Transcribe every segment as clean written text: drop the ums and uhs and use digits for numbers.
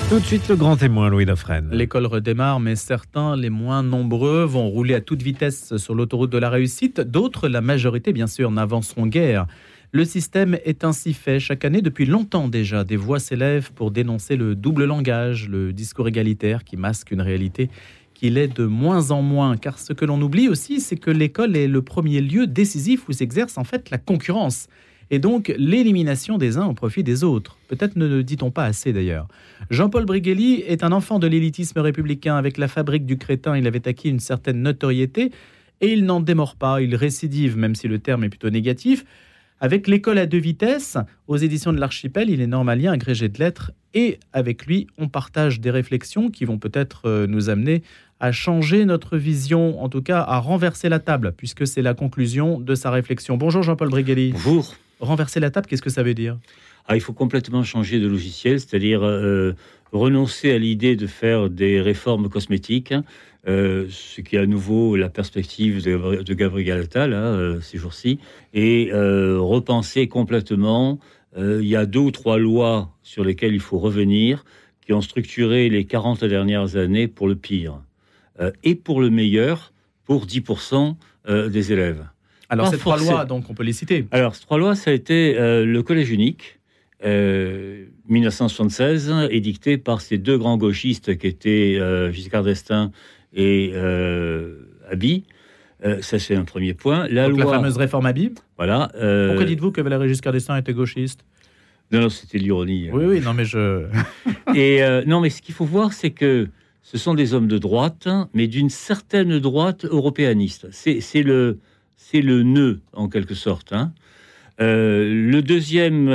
Tout de suite, le grand témoin, Louis Dauphren. L'école redémarre, mais certains, les moins nombreux, vont rouler à toute vitesse sur l'autoroute de la réussite. D'autres, la majorité bien sûr, n'avanceront guère. Le système est ainsi fait. Chaque année, depuis longtemps déjà, des voix s'élèvent pour dénoncer le double langage, le discours égalitaire qui masque une réalité qui l'est de moins en moins. Car ce que l'on oublie aussi, c'est que l'école est le premier lieu décisif où s'exerce en fait la concurrence. Et donc l'élimination des uns au profit des autres. Peut-être ne le dit-on pas assez d'ailleurs. Jean-Paul Brigelli est un enfant de l'élitisme républicain. Avec la fabrique du crétin, il avait acquis une certaine notoriété et il n'en démord pas, il récidive, même si le terme est plutôt négatif. Avec l'école à deux vitesses, aux éditions de l'Archipel, il est normalien, agrégé de lettres, et avec lui, on partage des réflexions qui vont peut-être nous amener à changer notre vision, en tout cas à renverser la table, puisque c'est la conclusion de sa réflexion. Bonjour Jean-Paul Brigelli. Bonjour. Renverser la table, qu'est-ce que ça veut dire ? Il faut complètement changer de logiciel, c'est-à-dire renoncer à l'idée de faire des réformes cosmétiques, ce qui est à nouveau la perspective de Gabriel Attal ces jours-ci, et repenser complètement. Il y a 2 ou 3 lois sur lesquelles il faut revenir, qui ont structuré les 40 dernières années pour le pire, et pour le meilleur, pour 10% des élèves. Alors, ces 3 lois, donc, on peut les citer. Alors, ces 3 lois, ça a été le collège unique, 1976, édicté par ces 2 grands gauchistes qui étaient Giscard d'Estaing et Haby. Ça, c'est un premier point. La fameuse réforme Haby. Voilà. Pourquoi dites-vous que Valéry Giscard d'Estaing était gauchiste ? Non, c'était de l'ironie. Oui, non, mais je... Non, mais ce qu'il faut voir, c'est que ce sont des hommes de droite, mais d'une certaine droite européaniste. C'est le nœud, en quelque sorte. Le deuxième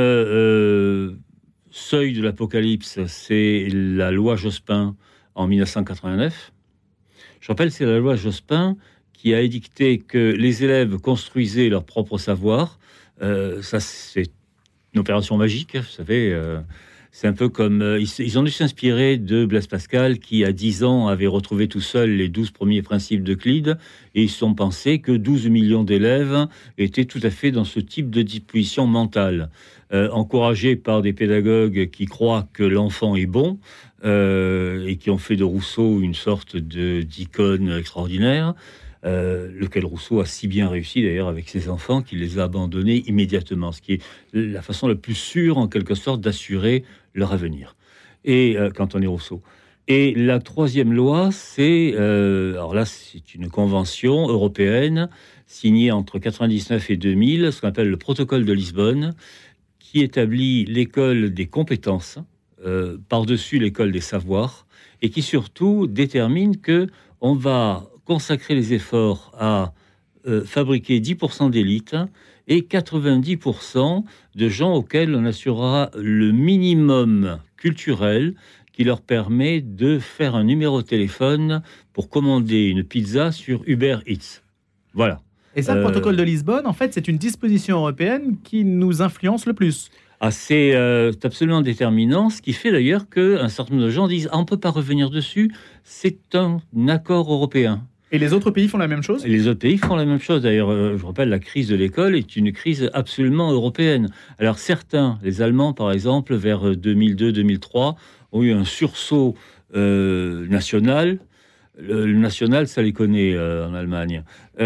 seuil de l'apocalypse, c'est la loi Jospin en 1989. Je rappelle, c'est la loi Jospin qui a édicté que les élèves construisaient leur propre savoir. Ça, c'est une opération magique, vous savez. C'est un peu comme... ils ont dû s'inspirer de Blaise Pascal, qui, à 10 ans, avait retrouvé tout seul les 12 premiers principes d'Euclide, et ils se sont pensés que 12 millions d'élèves étaient tout à fait dans ce type de disposition mentale. Encouragés par des pédagogues qui croient que l'enfant est bon, et qui ont fait de Rousseau une sorte d'icône extraordinaire, lequel Rousseau a si bien réussi d'ailleurs avec ses enfants qu'il les a abandonnés immédiatement, ce qui est la façon la plus sûre en quelque sorte d'assurer leur avenir. Et quand on est Rousseau. Et la troisième loi, c'est alors là c'est une convention européenne signée entre 99 et 2000, ce qu'on appelle le protocole de Lisbonne, qui établit l'école des compétences par-dessus l'école des savoirs, et qui surtout détermine que on va consacrer les efforts à fabriquer 10% d'élites et 90% de gens auxquels on assurera le minimum culturel qui leur permet de faire un numéro de téléphone pour commander une pizza sur Uber Eats. Voilà. Et ça, le protocole de Lisbonne, en fait, c'est une disposition européenne qui nous influence le plus. C'est absolument déterminant, ce qui fait d'ailleurs qu'un certain nombre de gens disent « on ne peut pas revenir dessus, c'est un accord européen ». Et les autres pays font la même chose ? Les autres pays font la même chose. D'ailleurs, je rappelle, la crise de l'école est une crise absolument européenne. Alors certains, les Allemands par exemple, vers 2002-2003, ont eu un sursaut national. Le national, ça les connaît en Allemagne.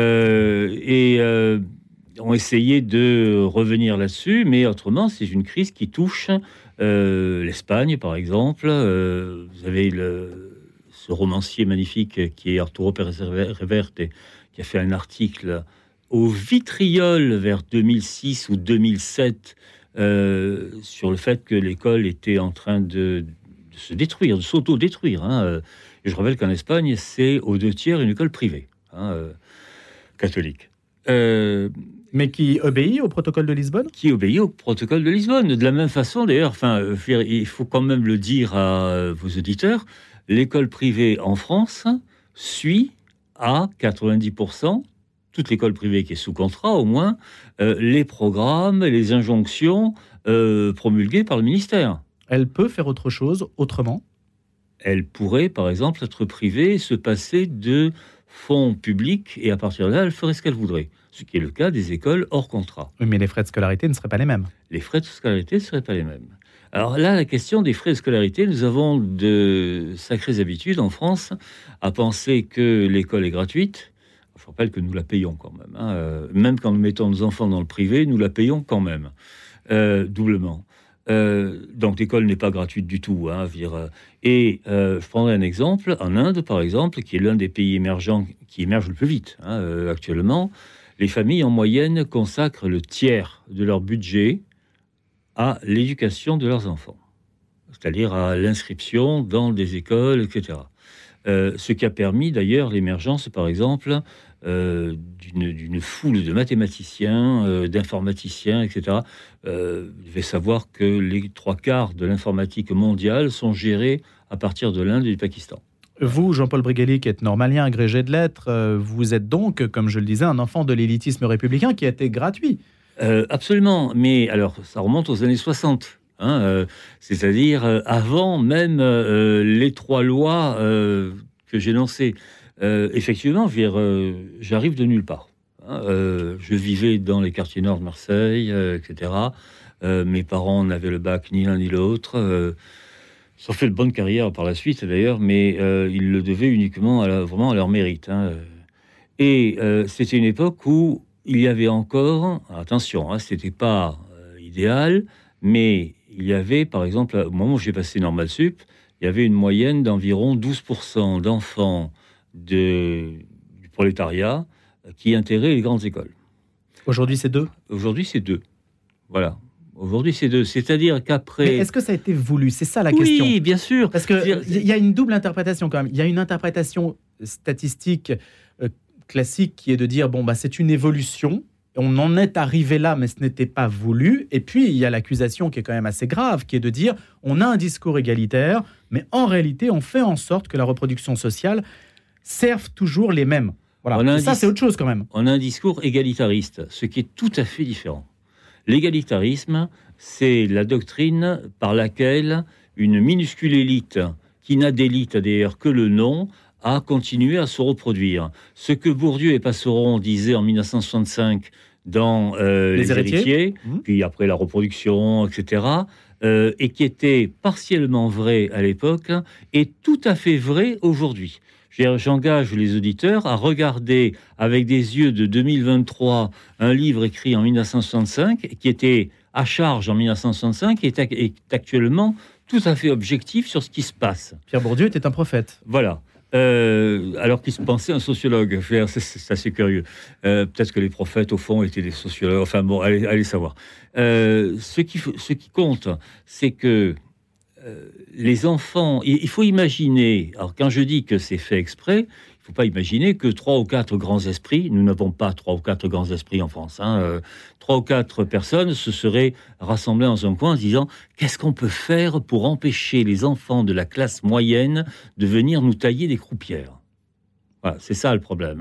Et ont essayé de revenir là-dessus, mais autrement, c'est une crise qui touche l'Espagne, par exemple. Vous avez ce romancier magnifique qui est Arturo Pérez Reverte, qui a fait un article au Vitriol vers 2006 ou 2007 sur le fait que l'école était en train de se détruire, de s'auto-détruire. Et je rappelle qu'en Espagne, c'est aux 2/3 une école privée, catholique. Mais qui obéit au protocole de Lisbonne ? Qui obéit au protocole de Lisbonne. De la même façon, d'ailleurs, il faut quand même le dire à vos auditeurs, l'école privée en France suit à 90%, toute l'école privée qui est sous contrat au moins, les programmes et les injonctions promulguées par le ministère. Elle peut faire autre chose autrement ? Elle pourrait, par exemple, être privée, se passer de fonds publics, et à partir de là, elle ferait ce qu'elle voudrait. Ce qui est le cas des écoles hors contrat. Oui, mais les frais de scolarité ne seraient pas les mêmes. Les frais de scolarité ne seraient pas les mêmes. Alors là, la question des frais de scolarité, nous avons de sacrées habitudes en France à penser que l'école est gratuite. Je rappelle que nous la payons quand même. Même quand nous mettons nos enfants dans le privé, nous la payons quand même, doublement. Donc l'école n'est pas gratuite du tout. Je prendrai un exemple. En Inde, par exemple, qui est l'un des pays émergents qui émerge le plus vite actuellement, les familles en moyenne consacrent le tiers de leur budget à l'éducation de leurs enfants, c'est-à-dire à l'inscription dans des écoles, etc. Ce qui a permis d'ailleurs l'émergence, par exemple, d'une foule de mathématiciens, d'informaticiens, etc. Vous devez savoir que les 3/4 de l'informatique mondiale sont gérés à partir de l'Inde et du Pakistan. Vous, Jean-Paul Brigelli, qui êtes normalien, agrégé de lettres, vous êtes donc, comme je le disais, un enfant de l'élitisme républicain qui a été gratuit. Absolument, mais alors ça remonte aux années 60. C'est-à-dire avant même les 3 lois que j'ai lancées. Effectivement, j'arrive de nulle part. Je vivais dans les quartiers nord de Marseille, etc. Mes parents n'avaient le bac ni l'un ni l'autre. Ils ont fait de bonne carrière par la suite d'ailleurs, mais ils le devaient uniquement vraiment à leur mérite. Et c'était une époque où il y avait encore, attention, c'était pas idéal, mais il y avait, par exemple, au moment où j'ai passé Normal Sup, il y avait une moyenne d'environ 12% d'enfants du prolétariat qui intégraient les grandes écoles. Aujourd'hui, c'est 2 ? Aujourd'hui, c'est 2. Voilà. Aujourd'hui, c'est 2. C'est-à-dire qu'après... Mais est-ce que ça a été voulu ? C'est ça la question. Oui, bien sûr. Parce qu'il y a une double interprétation quand même. Il y a une interprétation statistique classique qui est de dire, c'est une évolution. On en est arrivé là, mais ce n'était pas voulu. Et puis, il y a l'accusation qui est quand même assez grave, qui est de dire, on a un discours égalitaire, mais en réalité, on fait en sorte que la reproduction sociale serve toujours les mêmes. Voilà. Ça, c'est autre chose quand même. On a un discours égalitariste, ce qui est tout à fait différent. L'égalitarisme, c'est la doctrine par laquelle une minuscule élite, qui n'a d'élite d'ailleurs que le nom, a continué à se reproduire. Ce que Bourdieu et Passeron disaient en 1965 dans Les Héritiers, puis après la reproduction, etc., et qui était partiellement vrai à l'époque, est tout à fait vrai aujourd'hui. J'engage les auditeurs à regarder avec des yeux de 2023 un livre écrit en 1965, qui était à charge en 1965, et est actuellement tout à fait objectif sur ce qui se passe. Pierre Bourdieu était un prophète. Voilà. Alors qu'il se pensait un sociologue. C'est assez curieux. Peut-être que les prophètes, au fond, étaient des sociologues. Enfin bon, allez savoir. Ce qui compte, c'est que les enfants... Il faut imaginer... Alors, quand je dis que c'est fait exprès, il ne faut pas imaginer que 3 ou 4 grands esprits... Nous n'avons pas 3 ou 4 grands esprits en France. 3 ou 4 personnes se seraient rassemblées dans un coin en se disant « Qu'est-ce qu'on peut faire pour empêcher les enfants de la classe moyenne de venir nous tailler des croupières ?» Voilà, c'est ça le problème.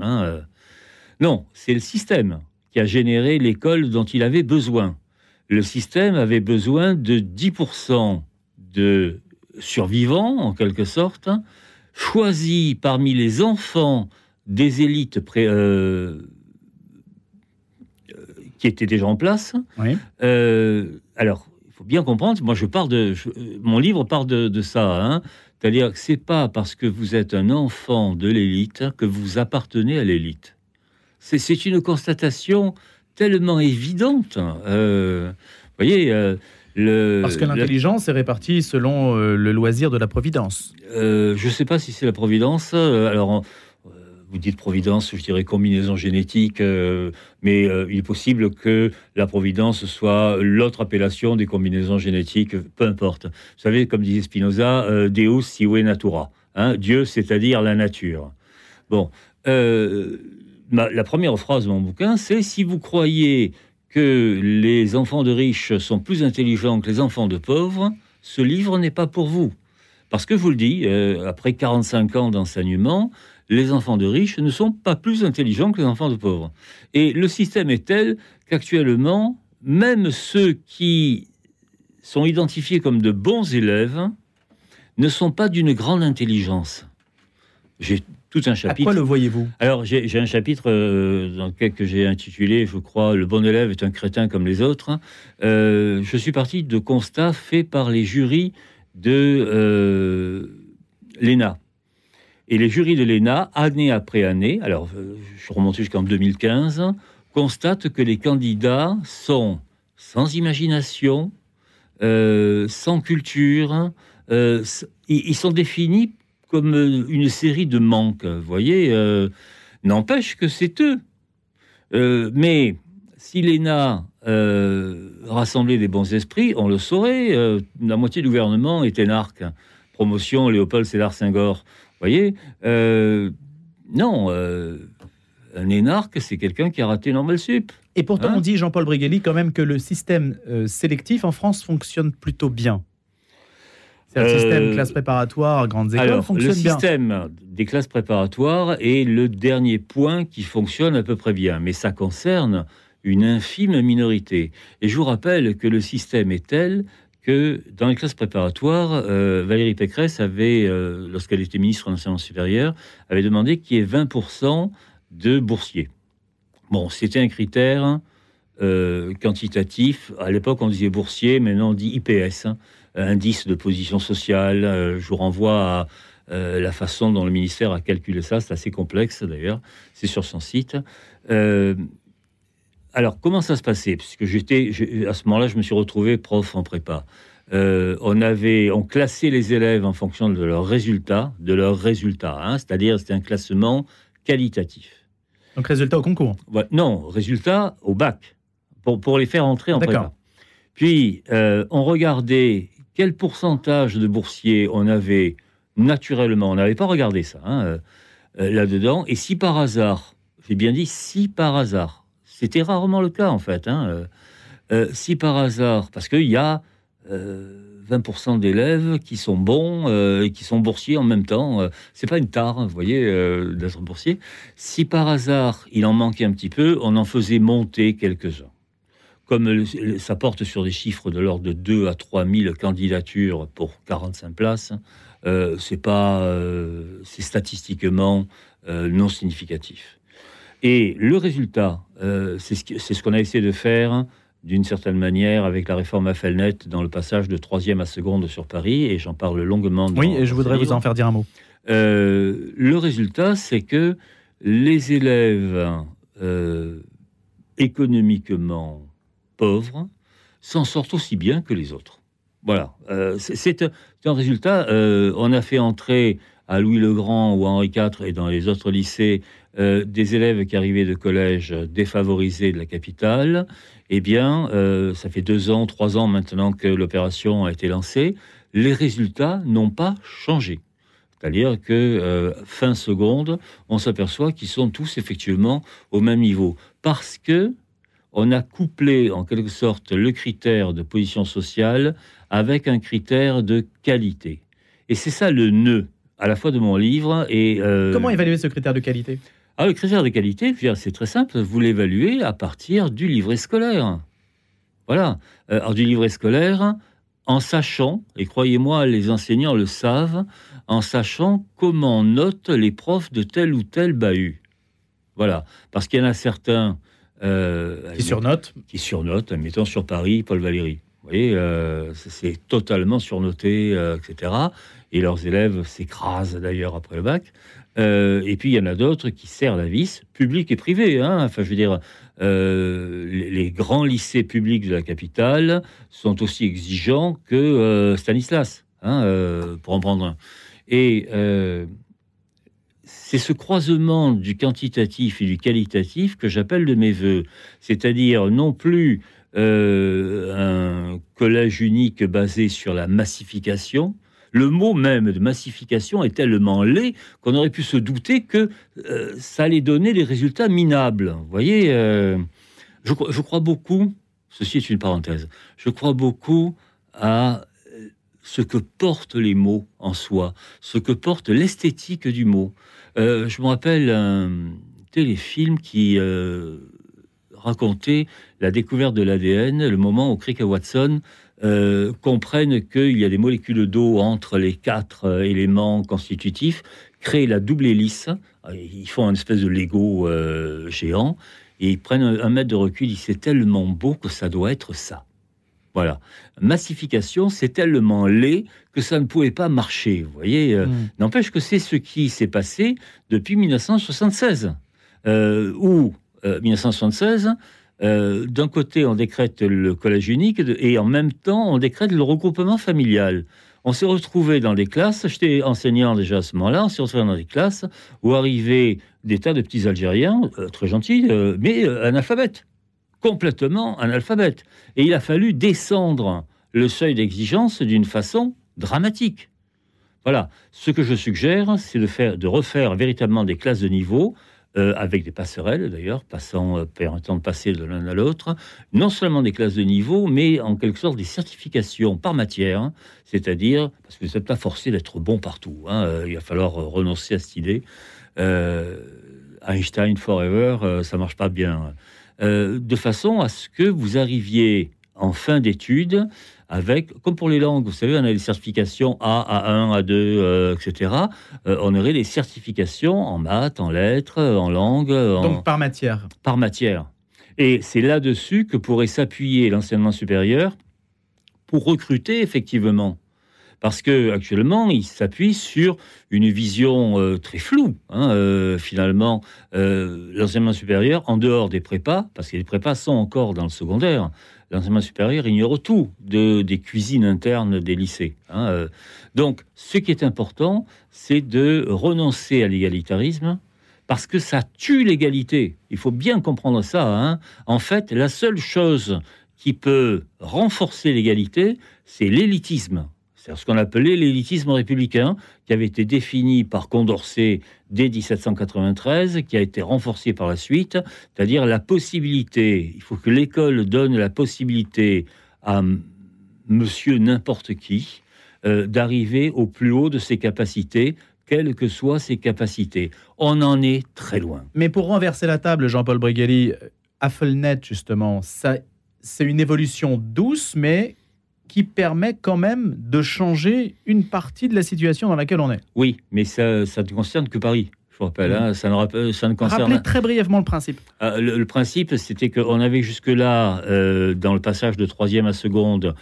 Non, c'est le système qui a généré l'école dont il avait besoin. Le système avait besoin de 10% de survivants, en quelque sorte, choisis parmi les enfants des élites qui étaient déjà en place. Oui. Alors, il faut bien comprendre, moi mon livre parle de ça, c'est-à-dire que c'est pas parce que vous êtes un enfant de l'élite que vous appartenez à l'élite. C'est une constatation tellement évidente. Vous voyez... Parce que l'intelligence est répartie selon le loisir de la providence. Je ne sais pas si c'est la providence. Alors, vous dites providence, je dirais combinaison génétique, mais il est possible que la providence soit l'autre appellation des combinaisons génétiques, peu importe. Vous savez, comme disait Spinoza, Deus sive natura, Dieu, c'est-à-dire la nature. Bon, la première phrase de mon bouquin, c'est « Si vous croyez que les enfants de riches sont plus intelligents que les enfants de pauvres, ce livre n'est pas pour vous. » Parce que je vous le dis, après 45 ans d'enseignement, les enfants de riches ne sont pas plus intelligents que les enfants de pauvres. Et le système est tel qu'actuellement, même ceux qui sont identifiés comme de bons élèves ne sont pas d'une grande intelligence. J'ai tout un chapitre. À quoi le voyez-vous ? Alors, j'ai un chapitre dans lequel que j'ai intitulé, je crois, Le bon élève est un crétin comme les autres. Je suis parti de constats faits par les jurys de l'ENA. Et les jurys de l'ENA, année après année, alors je suis remonté jusqu'en 2015, constatent que les candidats sont sans imagination, sans culture, ils sont définis comme une série de manques, vous voyez, n'empêche que c'est eux. Mais si l'ENA rassemblait des bons esprits, on le saurait, la moitié du gouvernement est énarque. Promotion Léopold Sédar Senghor. Vous voyez, non, un énarque, c'est quelqu'un qui a raté Normal Sup. Et pourtant, on dit, Jean-Paul Brigelli, quand même que le système sélectif en France fonctionne plutôt bien. C'est le système classe préparatoire, grandes écoles, fonctionne bien. Le système des classes préparatoires est le dernier point qui fonctionne à peu près bien, mais ça concerne une infime minorité. Et je vous rappelle que le système est tel que dans les classes préparatoires, Valérie Pécresse avait, lorsqu'elle était ministre de l'enseignement supérieur, avait demandé qu'il y ait 20% de boursiers. Bon, c'était un critère quantitatif. À l'époque, on disait boursier, maintenant on dit IPS, indice de position sociale. Je vous renvoie à la façon dont le ministère a calculé ça. C'est assez complexe d'ailleurs, c'est sur son site. Alors, comment ça se passait ? Puisque à ce moment-là, je me suis retrouvé prof en prépa. On classait les élèves en fonction de leurs résultats, c'est-à-dire c'était un classement qualitatif. Donc, résultat au concours ? Ouais, non, résultat au bac, pour les faire entrer en prépa. Puis, on regardait quel pourcentage de boursiers on avait naturellement. On n'avait pas regardé ça là-dedans. Et si par hasard, j'ai bien dit si par hasard, c'était rarement le cas, en fait. Si par hasard, parce qu'il y a 20% d'élèves qui sont bons et qui sont boursiers en même temps. C'est pas une tare, vous voyez, d'être boursier. Si par hasard, il en manquait un petit peu, on en faisait monter quelques-uns. Comme ça porte sur des chiffres de l'ordre de 2 à 3 000 candidatures pour 45 places, c'est statistiquement non significatif. Et le résultat, c'est ce qu'on a essayé de faire d'une certaine manière avec la réforme Affelnet dans le passage de 3e à 2e sur Paris, et j'en parle longuement. Oui, et je voudrais vous en faire dire un mot. Le résultat, c'est que les élèves économiquement pauvres s'en sortent aussi bien que les autres. Voilà, c'est un résultat. On a fait entrer à Louis-le-Grand ou à Henri IV et dans les autres lycées des élèves qui arrivaient de collèges défavorisés de la capitale. Eh bien, ça fait 2 ans, 3 ans maintenant que l'opération a été lancée. Les résultats n'ont pas changé. C'est-à-dire que fin seconde, on s'aperçoit qu'ils sont tous effectivement au même niveau. Parce que on a couplé en quelque sorte le critère de position sociale avec un critère de qualité. Et c'est ça le nœud à la fois de mon livre et... Comment évaluer ce critère de qualité ? Le critère de qualité, c'est très simple, vous l'évaluez à partir du livret scolaire. Voilà. Alors, du livret scolaire, en sachant, et croyez-moi, les enseignants le savent, en sachant comment notent les profs de tel ou tel bahut. Voilà. Parce qu'il y en a certains... Qui surnotent, admettons sur Paris, Paul Valéry. Vous voyez, c'est totalement surnoté, etc. Et leurs élèves s'écrasent d'ailleurs après le bac. Et puis il y en a d'autres qui serrent la vis, publics et privés. Enfin, je veux dire, les grands lycées publics de la capitale sont aussi exigeants que Stanislas, pour en prendre un. Et c'est ce croisement du quantitatif et du qualitatif que j'appelle de mes voeux. C'est-à-dire non plus un collège unique basé sur la massification. Le mot même de massification est tellement laid qu'on aurait pu se douter que ça allait donner des résultats minables. Vous voyez, je crois beaucoup, ceci est une parenthèse, je crois beaucoup à ce que portent les mots en soi, ce que porte l'esthétique du mot. Je me rappelle un téléfilm qui racontait la découverte de l'ADN, le moment où Crick et Watson comprennent qu'il y a des molécules d'eau entre les 4 éléments constitutifs, créent la double hélice. Ils font une espèce de Lego géant et ils prennent 1 mètre de recul. Ils disent c'est tellement beau que ça doit être ça. Voilà. Massification, c'est tellement laid que ça ne pouvait pas marcher. Vous voyez, n'empêche que c'est ce qui s'est passé depuis 1976. 1976, d'un côté, on décrète le collège unique et en même temps, on décrète le regroupement familial. On s'est retrouvé dans des classes, j'étais enseignant déjà à ce moment-là, on s'est retrouvé dans des classes où arrivaient des tas de petits Algériens, très gentils, mais analphabètes. Complètement analphabète. Et il a fallu descendre le seuil d'exigence d'une façon dramatique. Voilà. Ce que je suggère, c'est de refaire véritablement des classes de niveau, avec des passerelles d'ailleurs, permettant de passer de l'un à l'autre. Non seulement des classes de niveau, mais en quelque sorte des certifications par matière, hein, c'est-à-dire, parce que vous n'êtes pas forcé d'être bon partout. Il va falloir renoncer à cette idée. Einstein forever, ça ne marche pas bien. De façon à ce que vous arriviez en fin d'études avec, comme pour les langues, vous savez, on a les certifications A, A1, A2, etc. On aurait des certifications en maths, en lettres, en langue. Donc par matière. Par matière. Et c'est là-dessus que pourrait s'appuyer l'enseignement supérieur pour recruter effectivement. Parce qu'actuellement, il s'appuie sur une vision très floue, finalement, l'enseignement supérieur, en dehors des prépas, parce que les prépas sont encore dans le secondaire, l'enseignement supérieur ignore tout des cuisines internes des lycées. Donc, ce qui est important, c'est de renoncer à l'égalitarisme, parce que ça tue l'égalité. Il faut bien comprendre ça. En fait, la seule chose qui peut renforcer l'égalité, c'est l'élitisme. C'est ce qu'on appelait l'élitisme républicain, qui avait été défini par Condorcet dès 1793, qui a été renforcé par la suite, c'est-à-dire la possibilité, il faut que l'école donne la possibilité à monsieur n'importe qui d'arriver au plus haut de ses capacités, quelles que soient ses capacités. On en est très loin. Mais pour renverser la table, Jean-Paul Brigelli, AffleNet, justement, ça, c'est une évolution douce, mais qui permet quand même de changer une partie de la situation dans laquelle on est. Oui, mais ça ne concerne que Paris, je vous rappelle. Ça ne concerne... Rappelez très brièvement le principe. Le principe, c'était qu'on avait jusque-là, dans le passage de 3e à seconde,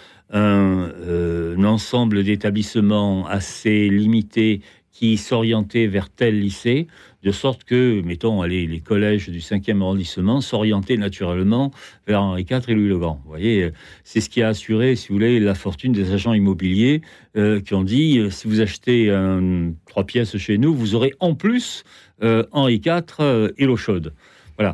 un ensemble d'établissements assez limités qui s'orientaient vers tel lycée, de sorte que, mettons, les collèges du 5e arrondissement s'orientaient naturellement vers Henri IV et Louis le Grand. Vous voyez, c'est ce qui a assuré, si vous voulez, la fortune des agents immobiliers qui ont dit, si vous achetez 3 pièces chez nous, vous aurez en plus Henri IV et l'eau chaude. Voilà.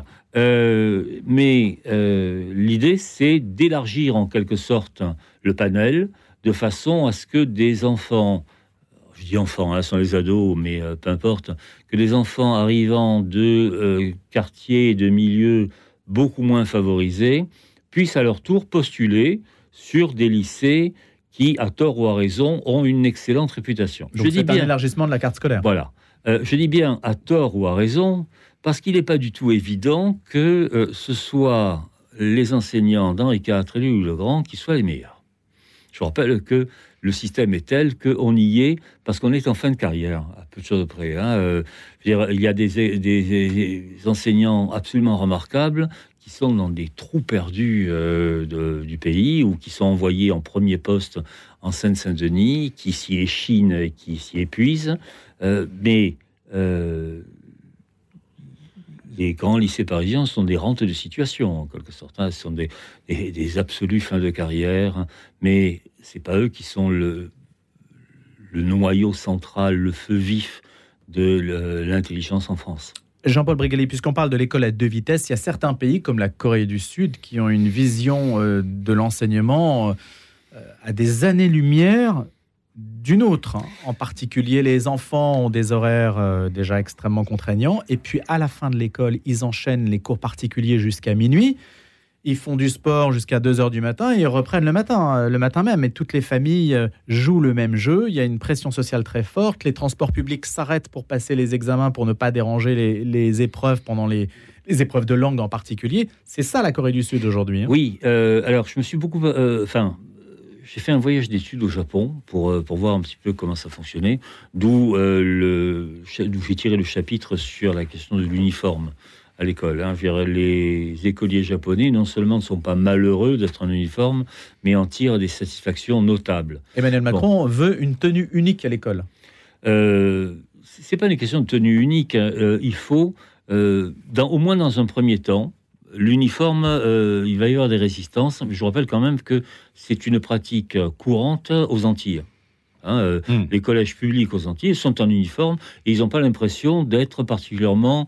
Mais l'idée, c'est d'élargir en quelque sorte le panel, de façon à ce que des enfants... Je dis enfants, ce sont les ados, mais peu importe, que les enfants arrivant de quartiers et de milieux beaucoup moins favorisés puissent à leur tour postuler sur des lycées qui, à tort ou à raison, ont une excellente réputation. Donc c'est un élargissement de la carte scolaire. Voilà. Je dis bien à tort ou à raison, parce qu'il n'est pas du tout évident que ce soit les enseignants d'Henri IV et Louis le Grand qui soient les meilleurs. Je vous rappelle que le système est tel qu'on y est parce qu'on est en fin de carrière, à peu de choses près. Il y a des enseignants absolument remarquables qui sont dans des trous perdus du pays ou qui sont envoyés en premier poste en Seine-Saint-Denis, qui s'y échinent et qui s'y épuisent. Mais les grands lycées parisiens sont des rentes de situation, en quelque sorte. Ce sont des absolus fins de carrière, mais c'est pas eux qui sont le noyau central, le feu vif de l'intelligence en France. Jean-Paul Brigelli, puisqu'on parle de l'école à 2 vitesses, il y a certains pays comme la Corée du Sud qui ont une vision de l'enseignement à des années-lumière d'une autre. En particulier, les enfants ont des horaires déjà extrêmement contraignants. Et puis, à la fin de l'école, ils enchaînent les cours particuliers jusqu'à minuit. Ils font du sport jusqu'à 2h du matin et ils reprennent le matin même. Et toutes les familles jouent le même jeu. Il y a une pression sociale très forte. Les transports publics s'arrêtent pour passer les examens, pour ne pas déranger les épreuves pendant les épreuves de langue en particulier. C'est ça la Corée du Sud aujourd'hui. Oui, alors je me suis beaucoup... j'ai fait un voyage d'études au Japon pour voir un petit peu comment ça fonctionnait, d'où j'ai tiré le chapitre sur la question de l'uniforme à l'école. Je veux dire, les écoliers japonais, non seulement ne sont pas malheureux d'être en uniforme, mais en tirent des satisfactions notables. Emmanuel Macron veut une tenue unique à l'école. C'est pas une question de tenue unique. Il faut, au moins dans un premier temps, l'uniforme, il va y avoir des résistances. Je rappelle quand même que c'est une pratique courante aux Antilles. Les collèges publics aux Antilles sont en uniforme et ils n'ont pas l'impression d'être particulièrement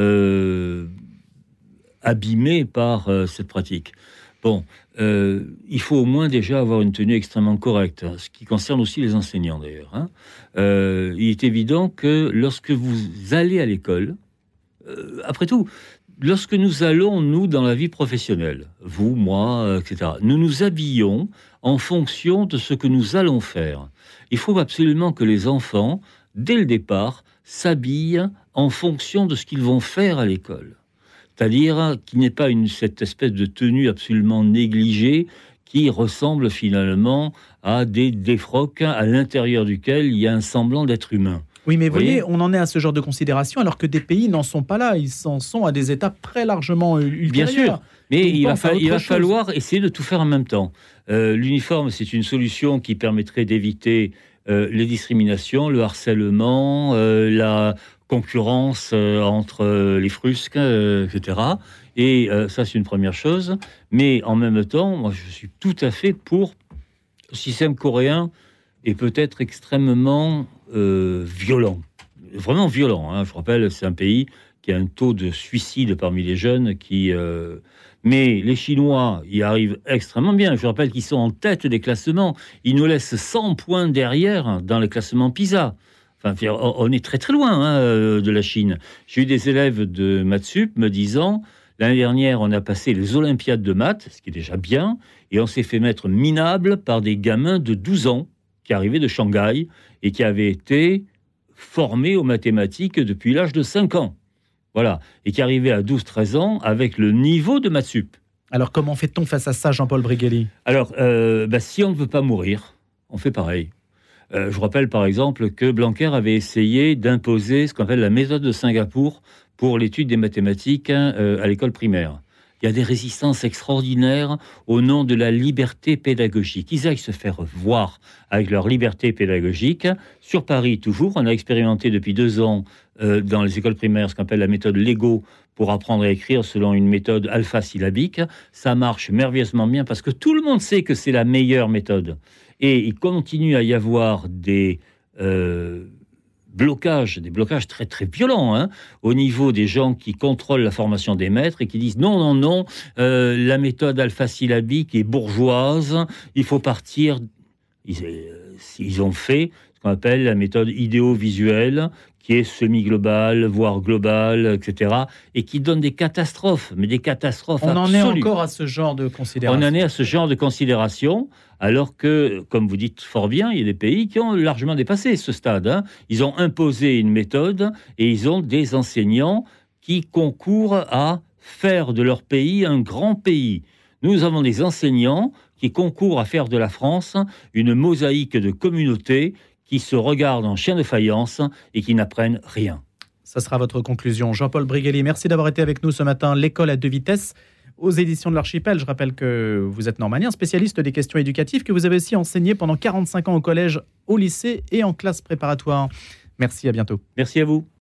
abîmés par cette pratique. Bon, il faut au moins déjà avoir une tenue extrêmement correcte, ce qui concerne aussi les enseignants d'ailleurs. Il est évident que lorsque vous allez à l'école, après tout, lorsque nous allons, nous, dans la vie professionnelle, vous, moi, etc., nous nous habillons en fonction de ce que nous allons faire. Il faut absolument que les enfants, dès le départ, s'habillent en fonction de ce qu'ils vont faire à l'école. C'est-à-dire qu'il n'y ait pas cette espèce de tenue absolument négligée qui ressemble finalement à des défroques à l'intérieur duquel il y a un semblant d'être humain. Oui, mais vous voyez, on en est à ce genre de considération, alors que des pays n'en sont pas là. Ils en sont à des étapes très largement ultérieurs. Bien sûr, mais il va falloir essayer de tout faire en même temps. L'uniforme, c'est une solution qui permettrait d'éviter les discriminations, le harcèlement, la concurrence entre les frusques, etc. Et ça, c'est une première chose. Mais en même temps, moi, je suis tout à fait pour le système coréen est peut-être extrêmement violent, vraiment violent. Je rappelle, c'est un pays qui a un taux de suicide parmi les jeunes mais les Chinois y arrivent extrêmement bien. Je rappelle qu'ils sont en tête des classements. Ils nous laissent 100 points derrière dans le classement PISA. Enfin, on est très très loin de la Chine. J'ai eu des élèves de maths sup me disant, l'année dernière, on a passé les Olympiades de maths, ce qui est déjà bien, et on s'est fait mettre minable par des gamins de 12 ans qui arrivaient de Shanghai et qui avaient été formés aux mathématiques depuis l'âge de 5 ans. Voilà. Et qui arrivaient à 12-13 ans avec le niveau de maths sup. Alors, comment fait-on face à ça, Jean-Paul Brigelli ? Alors, si on ne veut pas mourir, on fait pareil. Je rappelle par exemple que Blanquer avait essayé d'imposer ce qu'on appelle la méthode de Singapour pour l'étude des mathématiques à l'école primaire. Il y a des résistances extraordinaires au nom de la liberté pédagogique. Ils aillent se faire voir avec leur liberté pédagogique. Sur Paris, toujours, on a expérimenté depuis 2 ans dans les écoles primaires ce qu'on appelle la méthode Lego pour apprendre à écrire selon une méthode alpha-syllabique. Ça marche merveilleusement bien parce que tout le monde sait que c'est la meilleure méthode. Et il continue à y avoir des blocages très très violents au niveau des gens qui contrôlent la formation des maîtres et qui disent non, la méthode alpha-syllabique est bourgeoise, il faut partir. Ils ont fait ce qu'on appelle la méthode idéo-visuelle, qui est semi-globale, voire globale, etc., et qui donne des catastrophes, mais des catastrophes absolues. On en est encore à ce genre de considération. On en est à ce genre de considération, alors que, comme vous dites fort bien, il y a des pays qui ont largement dépassé ce stade. Ils ont imposé une méthode et ils ont des enseignants qui concourent à faire de leur pays un grand pays. Nous avons des enseignants qui concourent à faire de la France une mosaïque de communautés qui se regardent en chien de faïence et qui n'apprennent rien. Ça sera votre conclusion. Jean-Paul Brigelli, merci d'avoir été avec nous ce matin. L'école à 2 vitesses aux éditions de l'Archipel. Je rappelle que vous êtes normalien, spécialiste des questions éducatives, que vous avez aussi enseigné pendant 45 ans au collège, au lycée et en classe préparatoire. Merci, à bientôt. Merci à vous.